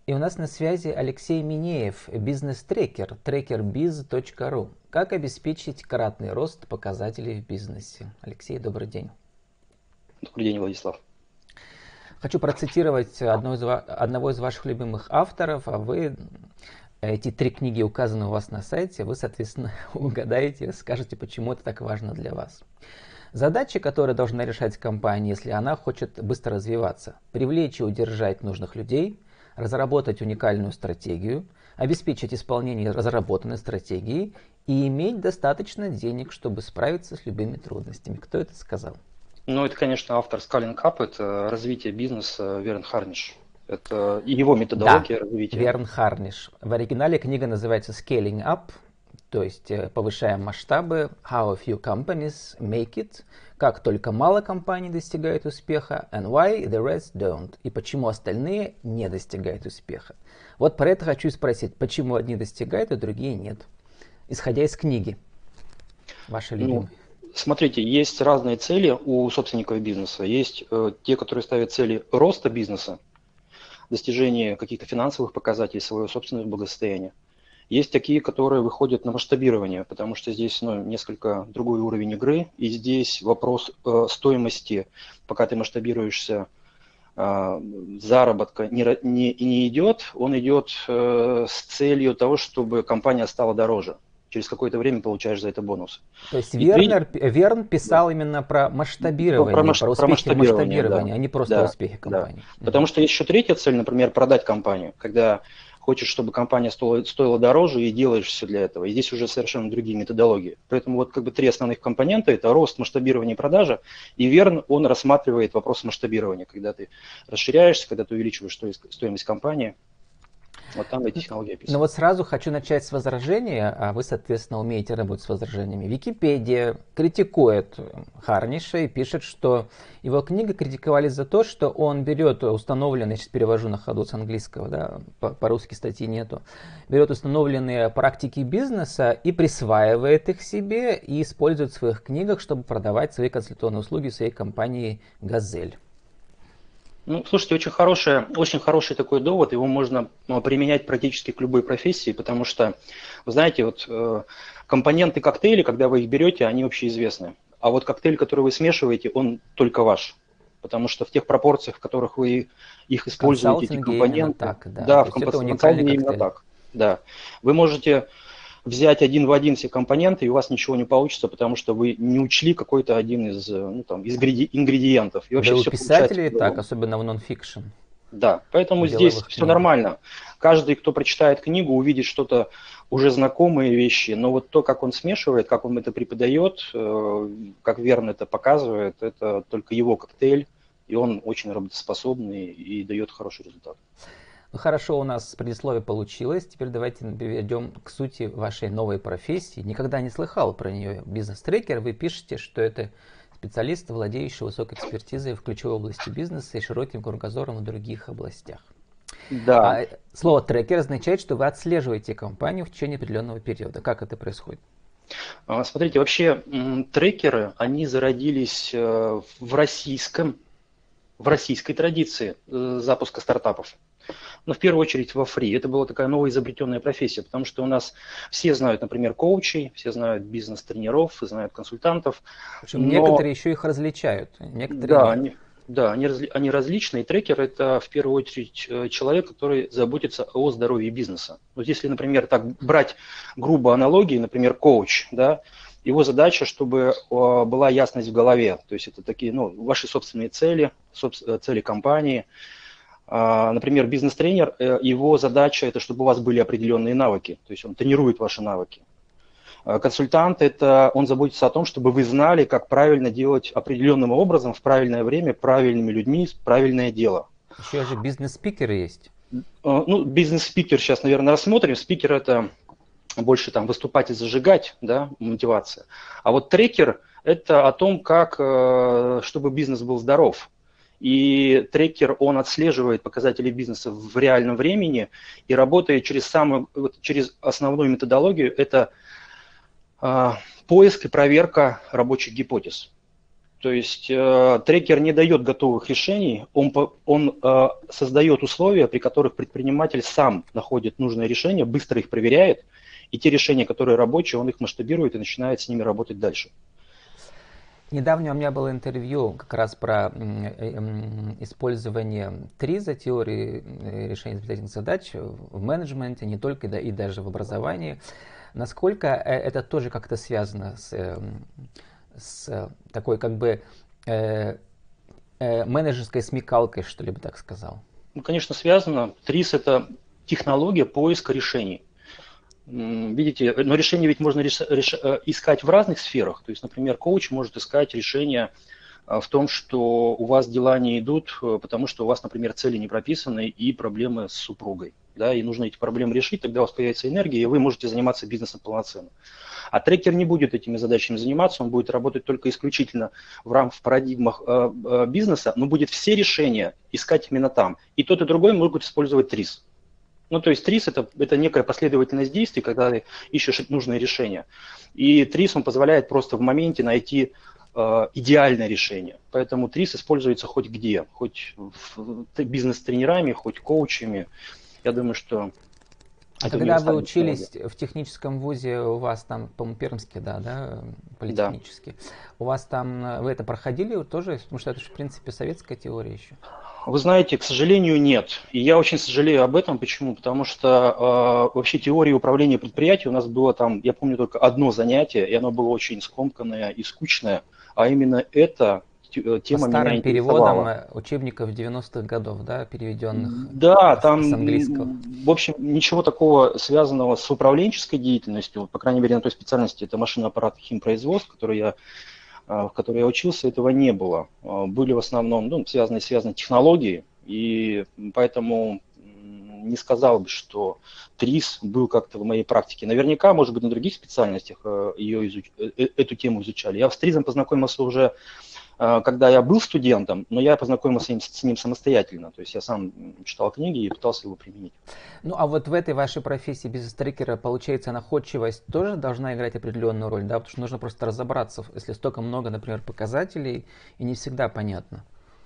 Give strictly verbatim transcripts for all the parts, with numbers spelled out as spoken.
И у нас на связи Алексей Минеев, бизнес-трекер, трекер биз точка ру. Как обеспечить кратный рост показателей в бизнесе? Алексей, добрый день. Добрый день, Владислав. Хочу процитировать одного из, одного из ваших любимых авторов, а вы, эти три книги указаны у вас на сайте, вы, соответственно, угадаете, скажете, почему это так важно для вас. Задачи, которые должна решать компания, если она хочет быстро развиваться: привлечь и удержать нужных людей, разработать уникальную стратегию, обеспечить исполнение разработанной стратегии и иметь достаточно денег, чтобы справиться с любыми трудностями. Кто это сказал? Ну, это, конечно, автор Scaling Up, это развитие бизнеса Верн Харниш. Это его методология Да, развития. Верн Харниш. В оригинале книга называется Scaling Up, то есть повышаем масштабы, How a few companies make it, как только мало компаний достигают успеха, and why the rest don't, и почему остальные не достигают успеха. Вот про это хочу спросить, почему одни достигают, а другие нет, исходя из книги, вашей любимой. Ну, смотрите, есть разные цели у собственников бизнеса. Есть э, те, которые ставят цели роста бизнеса, достижения каких-то финансовых показателей, своего собственного благосостояния. Есть такие, которые выходят на масштабирование, потому что здесь ну, несколько другой уровень игры, и здесь вопрос э, стоимости, пока ты масштабируешься, э, заработка не, не, не идет, он идет э, с целью того, чтобы компания стала дороже. Через какое-то время получаешь за это бонус. То есть Вернер, Верн писал да. именно про масштабирование, про, масш... про успехи про масштабирование, масштабирования, да. а не просто да. успехи компании. Да. Потому что есть еще третья цель, например, продать компанию, когда хочешь, чтобы компания стоила, стоила дороже, и делаешь все для этого. И здесь уже совершенно другие методологии. Поэтому вот как бы три основных компонента – это рост, масштабирование и продажа. И Верн, он рассматривает вопрос масштабирования, когда ты расширяешься, когда ты увеличиваешь стоимость компании. Вот там эти технологии описаны. Ну вот сразу хочу начать с возражения, а вы, соответственно, умеете работать с возражениями. Википедия критикует Харниша и пишет, что его книга критиковали за то, что он берет установленные, сейчас перевожу на ходу с английского, да, по-русски статьи нету, берет установленные практики бизнеса и присваивает их себе и использует в своих книгах, чтобы продавать свои консультационные услуги в своей компании «Газель». Ну, слушайте, очень, хороший, очень хороший такой довод, его можно применять практически к любой профессии, потому что, вы знаете, вот э, компоненты коктейля, когда вы их берете, они общеизвестны. А вот коктейль, который вы смешиваете, он только ваш. Потому что в тех пропорциях, в которых вы их используете, эти компоненты, так, да, да в консалтинге именно так. Да. Вы можете взять один в один все компоненты, и у вас ничего не получится, потому что вы не учли какой-то один из, ну, там, из ингредиентов. И вообще да, все у писателей так, особенно в нон-фикшн. Да, поэтому здесь книг. Все нормально. Каждый, кто прочитает книгу, увидит что-то уже знакомые вещи, но вот то, как он смешивает, как он это преподает, как Верн это показывает, это только его коктейль, и он очень работоспособный и дает хороший результат. Ну хорошо, у нас предисловие получилось. Теперь давайте перейдем к сути вашей новой профессии. Никогда не слыхал про нее. Бизнес-трекер. Вы пишете, что это специалист, владеющий высокой экспертизой в ключевой области бизнеса и широким кругозором в других областях. Да. А слово трекер означает, что вы отслеживаете компанию в течение определенного периода. Как это происходит? Смотрите, вообще трекеры, они зародились в российском, в российской традиции запуска стартапов. Но в первую очередь во фри. Это была такая новоизобретенная профессия, потому что у нас все знают, например, коучей, все знают бизнес-тренеров, знают консультантов. Причем но... некоторые еще их различают. Некоторые да, они, да они, они различные. Трекер – это в первую очередь человек, который заботится о здоровье бизнеса. Вот если, например, так брать грубо аналогии, например, коуч, да, его задача, чтобы была ясность в голове. То есть это такие, ну, ваши собственные цели, цели компании. Например, бизнес-тренер, его задача это, чтобы у вас были определенные навыки, то есть он тренирует ваши навыки. Консультант это он заботится о том, чтобы вы знали, как правильно делать определенным образом, в правильное время, правильными людьми, правильное дело. Еще же бизнес-спикеры есть. Ну, бизнес-спикер сейчас, наверное, рассмотрим. Спикер это больше там выступать и зажигать, да, мотивация. А вот трекер это о том, как, чтобы бизнес был здоров. И трекер, он отслеживает показатели бизнеса в реальном времени и работает через, самую, через основную методологию, это э, поиск и проверка рабочих гипотез. То есть э, трекер не дает готовых решений, он, он э, создает условия, при которых предприниматель сам находит нужное решение, быстро их проверяет, и те решения, которые рабочие, он их масштабирует и начинает с ними работать дальше. Недавно у меня было интервью как раз про использование ТРИЗа, теории решения изобретательных задач в менеджменте, не только, да, и даже в образовании. Насколько это тоже как-то связано с, с такой как бы э, э, менеджерской смекалкой, что ли бы так сказал? Ну, конечно, связано. ТРИЗ – это технология поиска решений. Видите, но решение ведь можно реш, реш, искать в разных сферах. То есть, например, коуч может искать решение в том, что у вас дела не идут, потому что у вас, например, цели не прописаны и проблемы с супругой. Да, и нужно эти проблемы решить, тогда у вас появится энергия, и вы можете заниматься бизнесом полноценно. А трекер не будет этими задачами заниматься, он будет работать только исключительно в рамках в парадигмах э, э, бизнеса, но будет все решения искать именно там. И тот, и другой могут использовать ТРИЗ. Ну, то есть ТРИЗ это, это некая последовательность действий, когда ты ишь нужное решение. И ТРИЗ он позволяет просто в моменте найти э, идеальное решение. Поэтому ТРИЗ используется хоть где, хоть в, бизнес-тренерами, хоть коучами. Я думаю, что... А когда вы учились технология. В техническом вузе, у вас там, по-моему, Пермский, да, да, политехнический, да. У вас там, вы это проходили тоже? Потому что это же, в принципе, советская теория еще. Вы знаете, к сожалению, нет. И я очень сожалею об этом. Почему? Потому что э, вообще теория управления предприятием у нас было там, я помню, только одно занятие, и оно было очень скомканное и скучное. А именно это тема По старым меня переводам учебников девяностых годов, да, переведенных да, с, там, с английского. В общем, ничего такого связанного с управленческой деятельностью, по крайней мере, на той специальности, это машинно-аппаратный химпроизводство, который я в которой я учился, этого не было. Были в основном ну, связаны, связаны технологии, и поэтому не сказал бы, что ТРИЗ был как-то в моей практике. Наверняка, может быть, на других специальностях ее изуч... эту тему изучали. Я с ТРИЗом познакомился уже, когда я был студентом, но я познакомился с ним самостоятельно. То есть я сам читал книги и пытался его применить. Ну а вот в этой вашей профессии бизнес-трекера, получается, находчивость тоже должна играть определенную роль, да? Потому что нужно просто разобраться, если столько много, например, показателей, и не всегда понятно.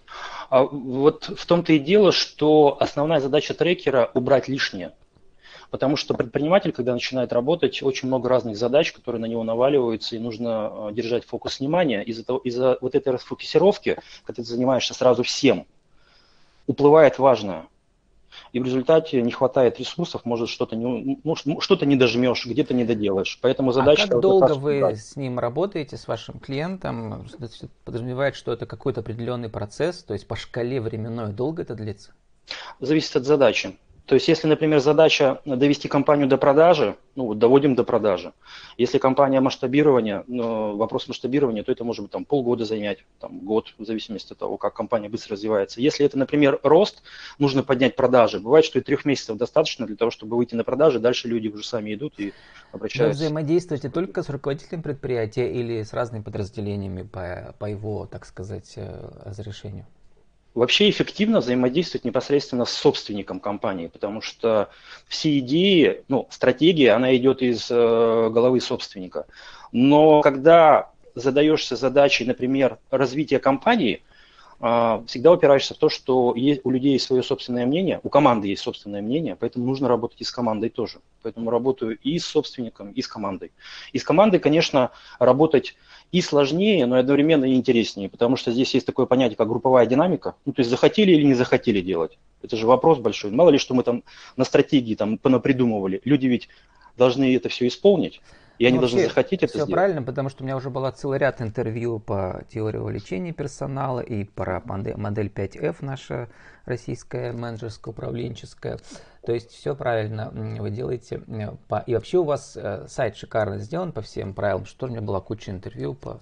А вот в том-то и дело, что основная задача трекера – убрать лишнее. Потому что предприниматель, когда начинает работать, очень много разных задач, которые на него наваливаются, и нужно держать фокус внимания. Из-за того, из-за вот этой расфокусировки, когда ты занимаешься сразу всем, уплывает важное. И в результате не хватает ресурсов, может что-то не, ну, что-то не дожмешь, где-то не доделаешь. Поэтому задача... А как долго вы с ним работаете, с вашим клиентом? Подразумевает, что это какой-то определенный процесс, то есть по шкале временной долго это длится? Зависит от задачи. То есть, если, например, задача довести компанию до продажи, ну вот доводим до продажи. Если компания масштабирования, ну, вопрос масштабирования, то это может быть там, полгода занять, там, год, в зависимости от того, как компания быстро развивается. Если это, например, рост, нужно поднять продажи. Бывает, что и трех месяцев достаточно для того, чтобы выйти на продажи, дальше люди уже сами идут и обращаются. Вы взаимодействуете только с руководителем предприятия или с разными подразделениями по, по его, так сказать, разрешению? Вообще эффективно взаимодействовать непосредственно с собственником компании, потому что все идеи, ну, стратегия, она идет из э, головы собственника. Но когда задаешься задачей, например, развития компании, э, всегда упираешься в то, что есть, у людей есть свое собственное мнение, у команды есть собственное мнение, поэтому нужно работать и с командой тоже. Поэтому работаю и с собственником, и с командой. И с командой, конечно, работать и сложнее, но одновременно и интереснее, потому что здесь есть такое понятие, как групповая динамика. Ну, то есть захотели или не захотели делать. Это же вопрос большой. Мало ли, что мы там на стратегии там понапридумывали. Люди ведь должны это все исполнить, и они ну, должны захотеть это все сделать. Правильно, потому что у меня уже было целый ряд интервью по теории увеличения персонала и про модель пять эф наша российская, менеджерская, управленческая. То есть все правильно вы делаете. И вообще у вас сайт шикарно сделан по всем правилам, что у меня была куча интервью по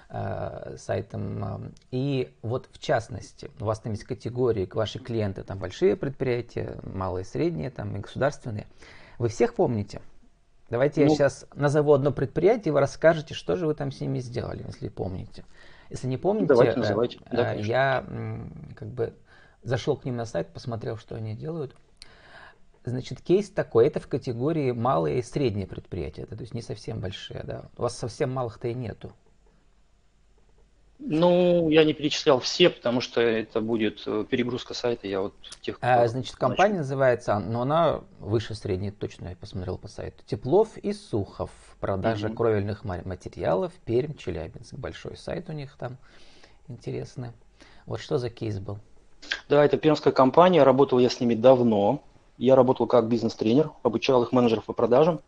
э, сайтам. И вот в частности, у вас там есть категории, ваши клиенты, там большие предприятия, малые, средние, там и государственные. Вы всех помните? Давайте ну, я сейчас назову одно предприятие, и вы расскажете, что же вы там с ними сделали, если помните. Если не помните, давайте, называйте. Э, да, я как бы зашел к ним на сайт, посмотрел, что они делают. Значит, кейс такой, это в категории малые и средние предприятия, это, то есть не совсем большие, да. У вас совсем малых-то и нету. Ну, я не перечислял все, потому что это будет э, перегрузка сайта. Я вот тех, А, кто значит, начал. компания называется, но она выше средней, точно я посмотрел по сайту. Теплов и Сухов. Продажа Мгм. кровельных ма- материалов. Пермь, Челябинск. Большой сайт у них там интересный. Вот что за кейс был? Да, это пермская компания, работал я с ними давно. Я работал как бизнес-тренер, обучал их менеджеров по продажам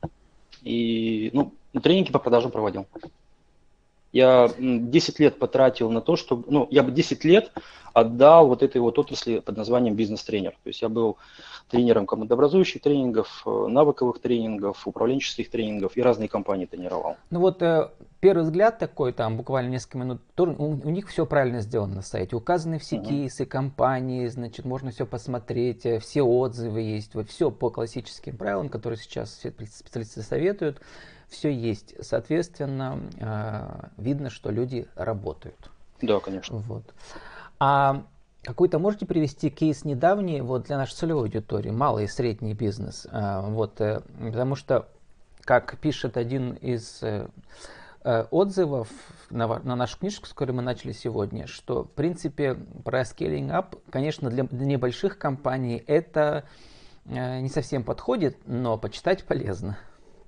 и ну, тренинги по продажам проводил. Я м, десять лет потратил на то, чтобы, ну, я бы десять лет отдал вот этой вот отрасли под названием бизнес-тренер. То есть я был тренером командообразующих тренингов, э, навыковых тренингов, управленческих тренингов и разные компании тренировал. Ну вот э, первый взгляд такой, там буквально несколько минут, то у, у них все правильно сделано на сайте. Указаны все Мгм. кейсы, компании, значит, можно все посмотреть, э, все отзывы есть, вот все по классическим правилам, которые сейчас все специалисты советуют, все есть. Соответственно, э, видно, что люди работают. Да, конечно. Вот. А какой-то можете привести кейс недавний вот для нашей целевой аудитории, малый и средний бизнес? А, вот, э, потому что, как пишет один из э, э, отзывов на, ва- на нашу книжку, с которой мы начали сегодня, что, в принципе, про scaling up, конечно, для, для небольших компаний это э, не совсем подходит, но почитать полезно.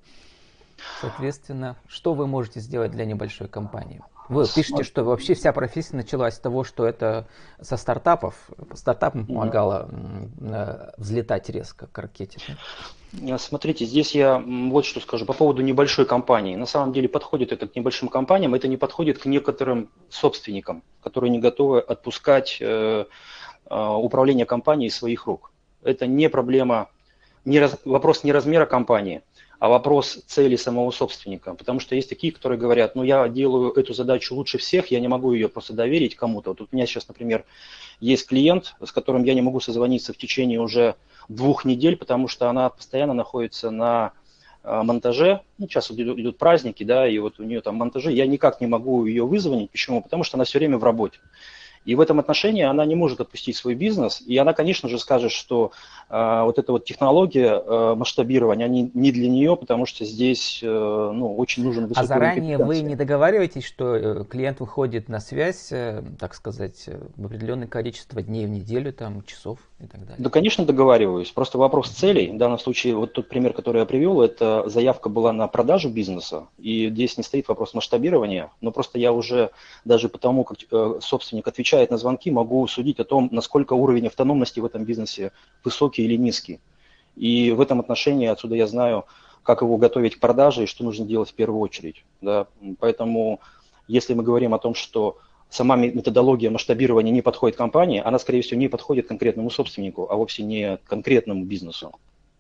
Соответственно, что вы можете сделать для небольшой компании? Вы пишете, что вообще вся профессия началась с того, что это со стартапов. Стартапам Мгм. помогало э, взлетать резко к ракете. Да? А, Смотрите, здесь я м, вот что скажу по поводу небольшой компании. На самом деле подходит это к небольшим компаниям, это не подходит к некоторым собственникам, которые не готовы отпускать э, э, управление компанией из своих рук. Это не проблема, не раз- вопрос не размера компании, а вопрос цели самого собственника. Потому что есть такие, которые говорят, ну я делаю эту задачу лучше всех, я не могу ее просто доверить кому-то. Вот у меня сейчас, например, есть клиент, с которым я не могу созвониться в течение уже двух недель, потому что она постоянно находится на э, монтаже. Ну, сейчас вот идут, идут праздники, да, и вот у нее там монтажи. Я никак не могу ее вызвонить. Почему? Потому что она все время в работе. И в этом отношении она не может отпустить свой бизнес, и она, конечно же, скажет, что э, вот эта вот технология э, масштабирования, они не для нее, потому что здесь э, ну, очень нужен А высокий уровень заранее вы компетенции. не договариваетесь, что э, клиент выходит на связь, э, так сказать, э, в определенное количество дней в неделю, там, часов и так Да, далее? конечно, договариваюсь. Просто вопрос целей. В данном случае, вот тот пример, который я привел, это заявка была на продажу бизнеса. И здесь не стоит вопрос масштабирования, но просто я уже даже по тому, как э, собственник отвечает на звонки, могу судить о том, насколько уровень автономности в этом бизнесе высокий или низкий. И в этом отношении отсюда я знаю, как его готовить к продаже и что нужно делать в первую очередь. Да. Поэтому, если мы говорим о том, что сама методология масштабирования не подходит компании, она, скорее всего, не подходит конкретному собственнику, а вовсе не конкретному бизнесу.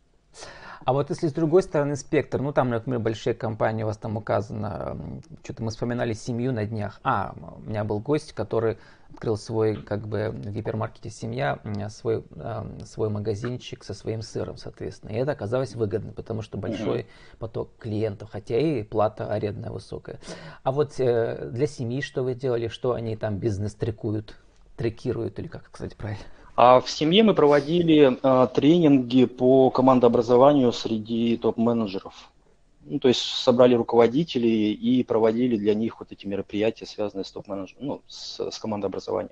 А вот если с другой стороны спектр, ну там, например, большие компании, у вас там указано, что-то мы вспоминали семью на днях. А, у меня был гость, который открыл свой, как бы, в гипермаркете «Семья», свой, свой магазинчик со своим сыром, соответственно. И это оказалось выгодно, потому что Мгм. большой поток клиентов, хотя и плата арендная высокая. А вот э, для семьи что вы делали, что они там бизнес трекуют, трекируют, или как сказать правильно? А в семье мы проводили а, тренинги по командообразованию среди топ-менеджеров. Ну, то есть собрали руководителей и проводили для них вот эти мероприятия, связанные с топ-менеджером, ну, с, с командообразованием.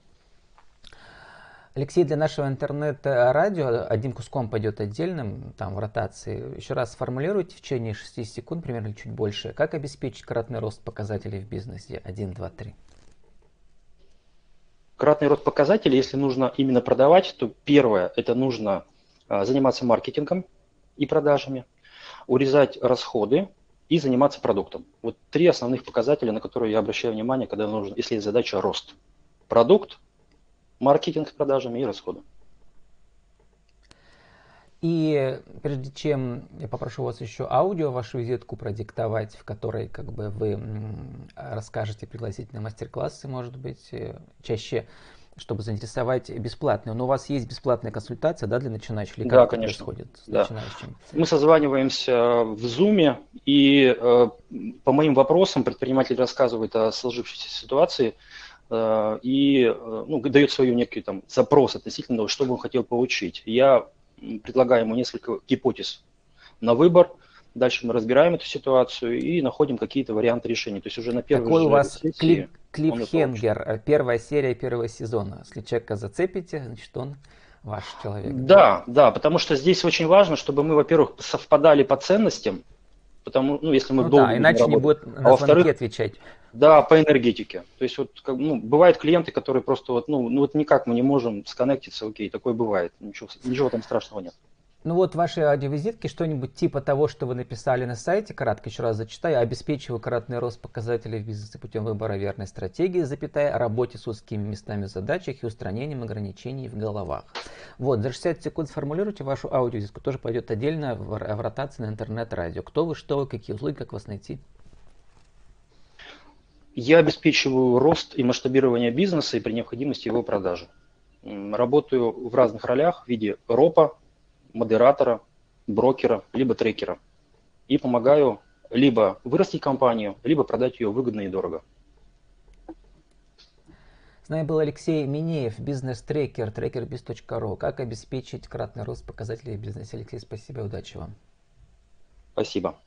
Алексей, для нашего интернет-радио одним куском пойдет отдельным, там, в ротации. Еще раз сформулируйте в течение шести секунд, примерно чуть больше, как обеспечить кратный рост показателей в бизнесе? Один, два, три. Кратный рост показателей, если нужно именно продавать, то первое, это нужно а, заниматься маркетингом и продажами, урезать расходы и заниматься продуктом. Вот три основных показателя, на которые я обращаю внимание, когда нужно, если есть задача рост. Продукт, маркетинг с продажами и расходы. И прежде чем я попрошу вас еще аудио, вашу визитку продиктовать, в которой как бы вы м, расскажете, пригласить на мастер-классы, может быть, э, чаще, чтобы заинтересовать бесплатную. Но у вас есть бесплатная консультация, да, для начинающих, или как Да, это конечно. происходит с Да. начинающими? Мы созваниваемся в Zoom, и э, по моим вопросам предприниматель рассказывает о сложившейся ситуации э, и э, ну, дает свою некий там запрос относительно того, что бы он хотел получить. Я предлагаю ему несколько гипотез на выбор. Дальше мы разбираем эту ситуацию и находим какие-то варианты решений. То есть уже на первой Какой у же вас клик, сессии. клиффхенгер, первая серия первого сезона. Если человека зацепите, значит он ваш человек. Да, да, потому что здесь очень важно, чтобы мы, во-первых, совпадали по ценностям, потому, ну, если мы Ну долго да, будем иначе не работать. будет А на звонки во-вторых, отвечать. да, по энергетике. То есть вот, как, ну, бывают клиенты, которые просто вот, ну, ну, вот никак мы не можем сконнектиться, окей, такое бывает, ничего, ничего там страшного нет. Ну вот ваши аудиовизитки, что-нибудь типа того, что вы написали на сайте, кратко еще раз зачитаю, обеспечиваю кратный рост показателей в бизнесе путем выбора верной стратегии, запятая, работе с узкими местами в задачах и устранением ограничений в головах. Вот, за шестьдесят секунд сформулируйте вашу аудиовизитку, тоже пойдет отдельно в, в ротации на интернет-радио. Кто вы, что вы, какие услуги, как вас найти? Я обеспечиваю рост и масштабирование бизнеса и при необходимости его продажи. Работаю в разных ролях в виде ропа, модератора, брокера, либо трекера. И помогаю либо вырастить компанию, либо продать ее выгодно и дорого. С нами был Алексей Минеев, бизнес-трекер, трекербиз точка ру. Как обеспечить кратный рост показателей в бизнесе? Алексей, спасибо и удачи вам. Спасибо.